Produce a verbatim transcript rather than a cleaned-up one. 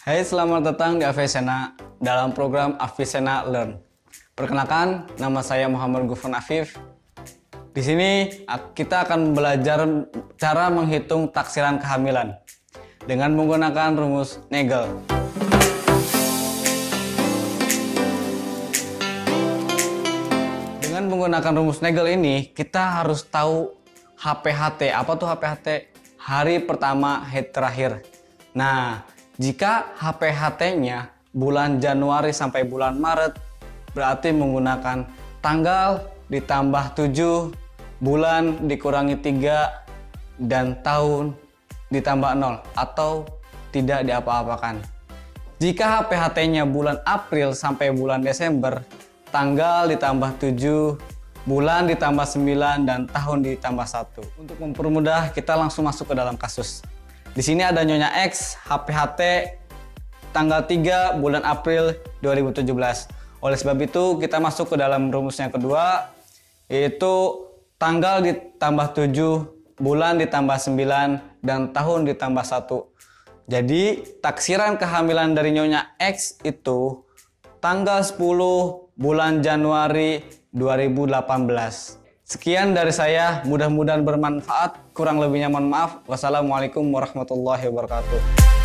Hai, selamat datang di Avicenna dalam program Avicenna Learn. Perkenalkan, nama saya Muhammad Gufron Afif. Di sini kita akan belajar cara menghitung taksiran kehamilan dengan menggunakan rumus Nagel. Dengan menggunakan rumus Nagel ini, kita harus tahu H P H T. Apa tuh H P H T? Hari pertama, hari terakhir. Nah, jika H P H T-nya bulan Januari sampai bulan Maret, berarti menggunakan tanggal ditambah tujuh, bulan dikurangi tiga, dan tahun ditambah nol atau tidak diapa-apakan. Jika H P H T-nya bulan April sampai bulan Desember, tanggal ditambah tujuh, bulan ditambah sembilan, dan tahun ditambah satu. Untuk mempermudah, kita langsung masuk ke dalam kasus. Di sini ada Nyonya X, H P H T, tanggal tiga bulan April dua ribu tujuh belas. Oleh sebab itu, kita masuk ke dalam rumus yang kedua, yaitu tanggal ditambah tujuh, bulan ditambah sembilan, dan tahun ditambah satu. Jadi, taksiran kehamilan dari Nyonya X itu tanggal sepuluh bulan Januari dua ribu delapan belas. Sekian dari saya, mudah-mudahan bermanfaat. Kurang lebihnya mohon maaf. Wassalamualaikum warahmatullahi wabarakatuh.